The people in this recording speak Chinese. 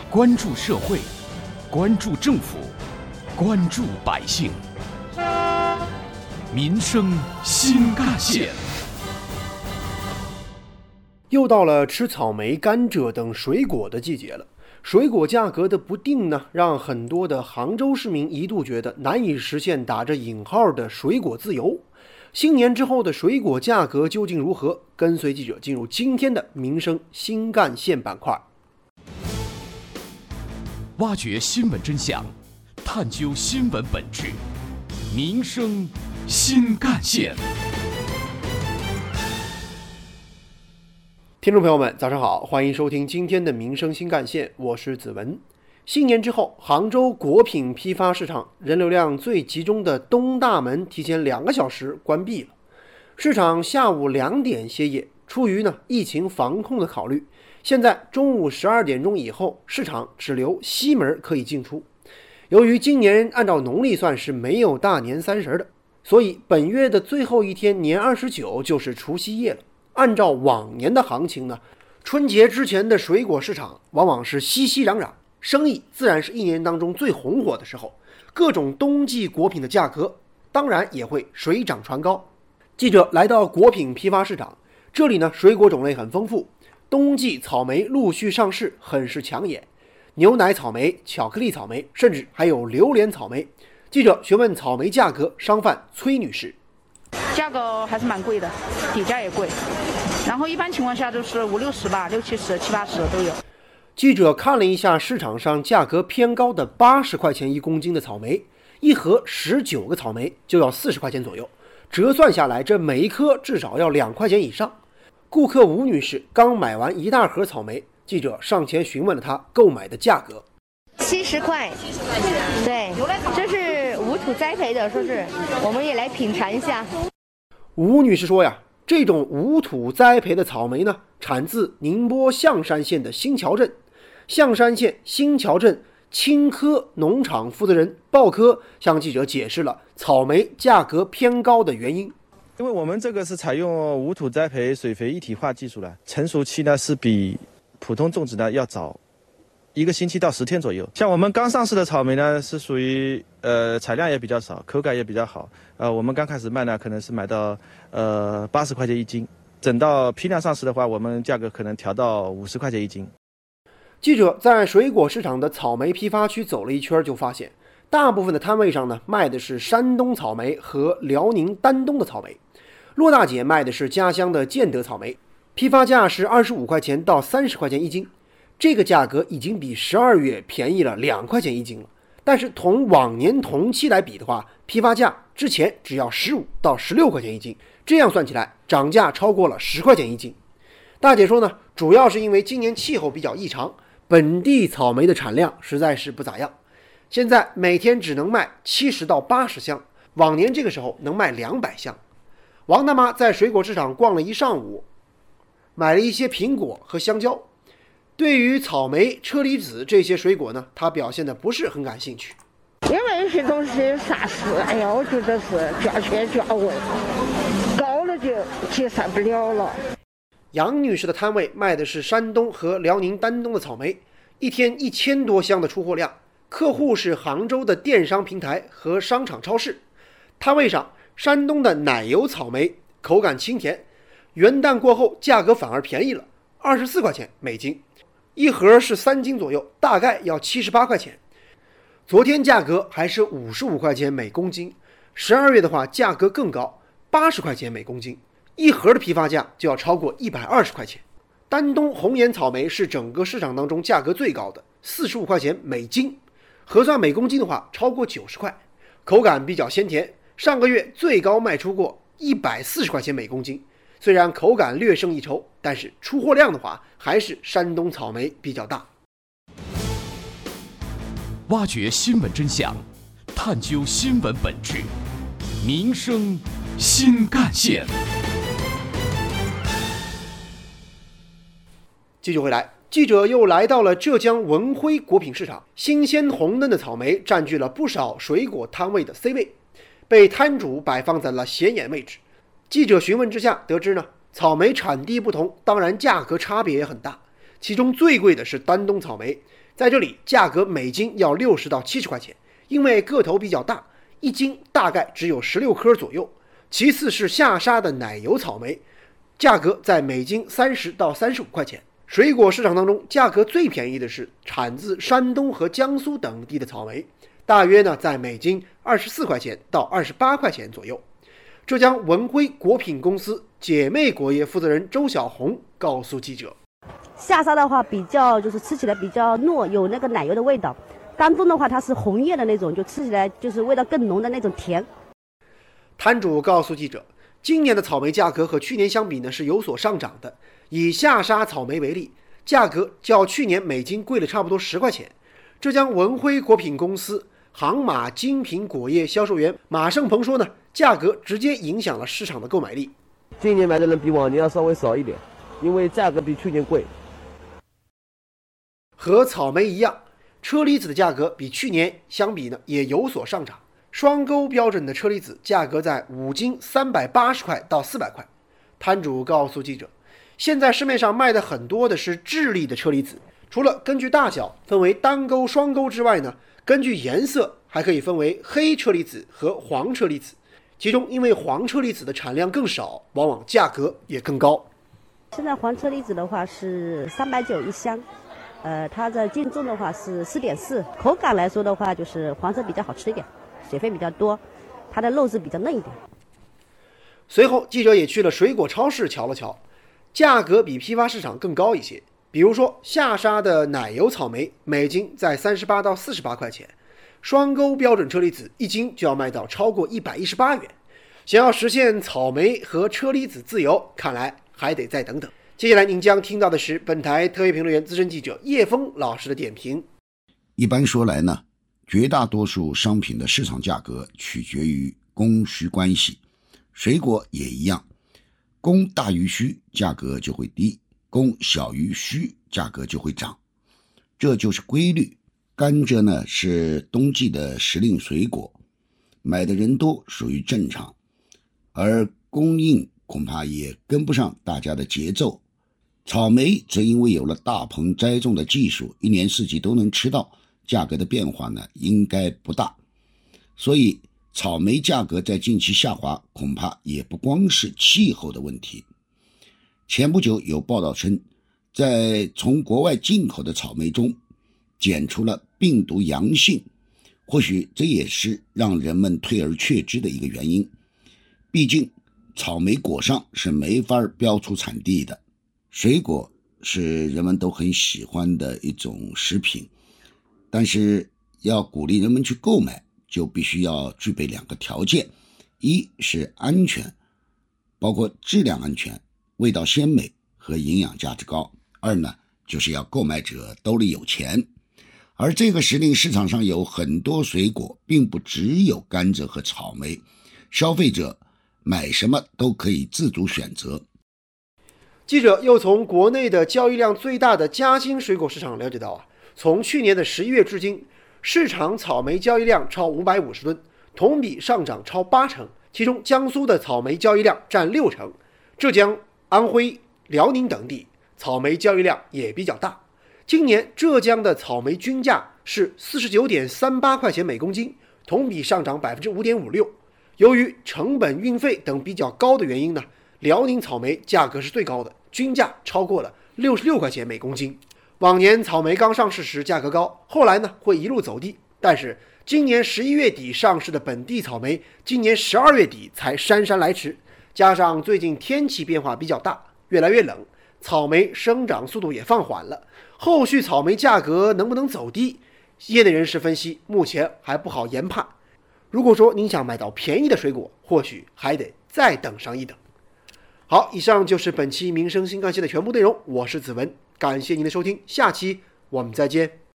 关注社会，关注政府，关注百姓，民生新干线。 又到了吃草莓、甘蔗等水果的季节了。水果价格的不定呢，让很多的杭州市民一度觉得难以实现打着引号的水果自由。新年之后的水果价格究竟如何？跟随记者进入今天的民生新干线板块， 挖掘新闻真相，探究新闻本质，民生新干线。 听众朋友们，早上好，欢迎收听今天的民生新干线，我是子文。新年之后，杭州果品批发市场人流量最集中的东大门提前2个小时关闭了，市场下午2点歇业。出于疫情防控的考虑，现在中午12点钟以后，市场只留西门可以进出。由于今年按照农历算是没有大年30的，所以本月的最后一天年29就是除夕夜了。按照往年的行情呢，春节之前的水果市场往往是熙熙攘攘，生意自然是一年当中最红火的时候，各种冬季果品的价格当然也会水涨船高。记者来到果品批发市场，这里水果种类很丰富，冬季草莓陆续上市，很是抢眼，牛奶草莓、巧克力草莓，甚至还有榴莲草莓。记者询问草莓价格，商贩崔女士。 价格还是蛮贵的，底价也贵，然后一般情况下都是50-60吧，60、70、70、80都有。 记者看了一下市场上价格偏高的80块钱1公斤的草莓，一盒19个草莓就要40块钱左右，折算下来这每一颗至少要2块钱以上。顾客吴女士刚买完一大盒草莓，记者上前询问了她购买的价格。 70块，对，这是无土栽培的，说是我们也来品尝一下。 吴女士说呀，这种无土栽培的草莓产自宁波象山县的新桥镇。象山县新桥镇青稞农场负责人鲍科向记者解释了草莓价格偏高的原因。 因为我们这个是采用无土栽培水肥一体化技术了，成熟期是比普通种植要早1个星期到10天左右。像我们刚上市的草莓是属于产量也比较少，口感也比较好。我们刚开始卖可能是买到80块钱1斤，等到批量上市的话，我们价格可能调到50块钱1斤。 记者在水果市场的草莓批发区走了一圈，就发现大部分的摊位上卖的是山东草莓和辽宁丹东的草莓。骆大姐卖的是家乡的建德草莓，批发价是25块钱到30块钱1斤。这个价格已经比12月便宜了2块钱1斤了，但是同往年同期来比的话，批发价之前只要15到16块钱1斤，这样算起来涨价超过了10块钱1斤。大姐说主要是因为今年气候比较异常，本地草莓的产量实在是不咋样，现在每天只能卖70到80箱，往年这个时候能卖200箱。王大妈在水果市场逛了一上午，买了一些苹果和香蕉。对于草莓、车厘子这些水果她表现的不是很感兴趣。 因为有些东西啥事，我觉得是价钱价位高了就接受不了了。 杨女士的摊位卖的是山东和辽宁丹东的草莓，一天1000多箱的出货量，客户是杭州的电商平台和商场超市。摊位上山东的奶油草莓口感清甜，元旦过后价格反而便宜了，24块钱每斤，一盒是3斤左右，大概要78块钱。昨天价格还是55块钱每公斤，12月的话价格更高，80块钱每公斤，一盒的批发价就要超过120块钱。丹东红颜草莓是整个市场当中价格最高的，45块钱每斤，核算每公斤的话超过90块，口感比较鲜甜，上个月最高卖出过140块钱每公斤。虽然口感略胜一筹，但是出货量的话还是山东草莓比较大。 挖掘新闻真相，探究新闻本质，民生新干线。 继续回来，记者又来到了浙江文辉果品市场，新鲜红嫩的草莓占据了不少水果摊位的 C 位，被摊主摆放在了显眼位置。记者询问之下得知草莓产地不同，当然价格差别也很大，其中最贵的是丹东草莓， 在这里价格每斤要60到70块钱，因为个头比较大，一斤大概只有16颗左右。其次是下沙的奶油草莓，价格在每斤30到35块钱。水果市场当中，价格最便宜的是产自山东和江苏等地的草莓，大约呢在每斤24块钱到28块钱左右。浙江文辉果品公司姐妹果业负责人周小红告诉记者， 下沙的话比较就是吃起来比较糯，有那个奶油的味道。当中的话它是红叶的那种，就吃起来就是味道更浓的那种甜。 摊主告诉记者，今年的草莓价格和去年相比呢是有所上涨的。以下沙草莓为例，价格较去年每斤贵了差不多10块钱。浙江文辉果品公司杭马精品果业销售员马胜鹏说呢，价格直接影响了市场的购买力。 今年买的人比往年要稍微少一点，因为价格比去年贵。 和草莓一样，车厘子的价格比去年相比呢也有所上涨。双沟标准的车厘子价格在5斤380块到400块。摊主告诉记者，现在市面上卖的很多的是智利的车厘子，除了根据大小分为单沟、双沟之外呢，根据颜色还可以分为黑车厘子和黄车厘子。其中因为黄车厘子的产量更少，往往价格也更高。 现在黄车厘子的话是390一箱，它的净重的话是4.4，口感来说的话就是黄色比较好吃一点，水分比较多，它的肉质比较嫩一点。 随后记者也去了水果超市瞧了瞧，价格比批发市场更高一些。比如说下沙的奶油草莓每斤在38到48块钱，双沟标准车厘子一斤就要卖到超过118元。想要实现草莓和车厘子自由，看来还得再等等。接下来您将听到的是本台特约评论员资深记者叶峰老师的点评。 一般说来呢，绝大多数商品的市场价格取决于供需关系，水果也一样，供大于需价格就会低，供小于需价格就会涨，这就是规律。甘蔗呢是冬季的时令水果，买的人多属于正常，而供应恐怕也跟不上大家的节奏。草莓则因为有了大棚栽种的技术，一年四季都能吃到，价格的变化呢应该不大，所以草莓价格在近期下滑，恐怕也不光是气候的问题。前不久有报道称，在从国外进口的草莓中检出了病毒阳性，或许这也是让人们退而却之的一个原因。毕竟草莓果上是没法标出产地的，水果是人们都很喜欢的一种食品，但是要鼓励人们去购买，就必须要具备2个条件，一是安全，包括质量安全、味道鲜美和营养价值高；二呢，就是要购买者兜里有钱。而这个时令市场上有很多水果，并不只有甘蔗和草莓，消费者买什么都可以自主选择。 记者又从国内的交易量最大的嘉兴水果市场了解到，从去年的11月至今，市场草莓交易量超550吨，同比上涨超80%，其中江苏的草莓交易量占60%，浙江、安徽、辽宁等地草莓交易量也比较大。今年浙江的草莓均价是 49.38 块钱每公斤，同比上涨 5.56%。由于成本、运费等比较高的原因呢，辽宁草莓价格是最高的，均价超过了66块钱每公斤。往年草莓刚上市时价格高，后来呢会一路走低，但是今年11月底上市的本地草莓，今年12月底才姗姗来迟，加上最近天气变化比较大，越来越冷，草莓生长速度也放缓了，后续草莓价格能不能走低，业内人士分析目前还不好研判。如果说您想买到便宜的水果，或许还得再等上一等。好，以上就是本期民生新干线的全部内容，我是子文，感谢您的收听，下期我们再见。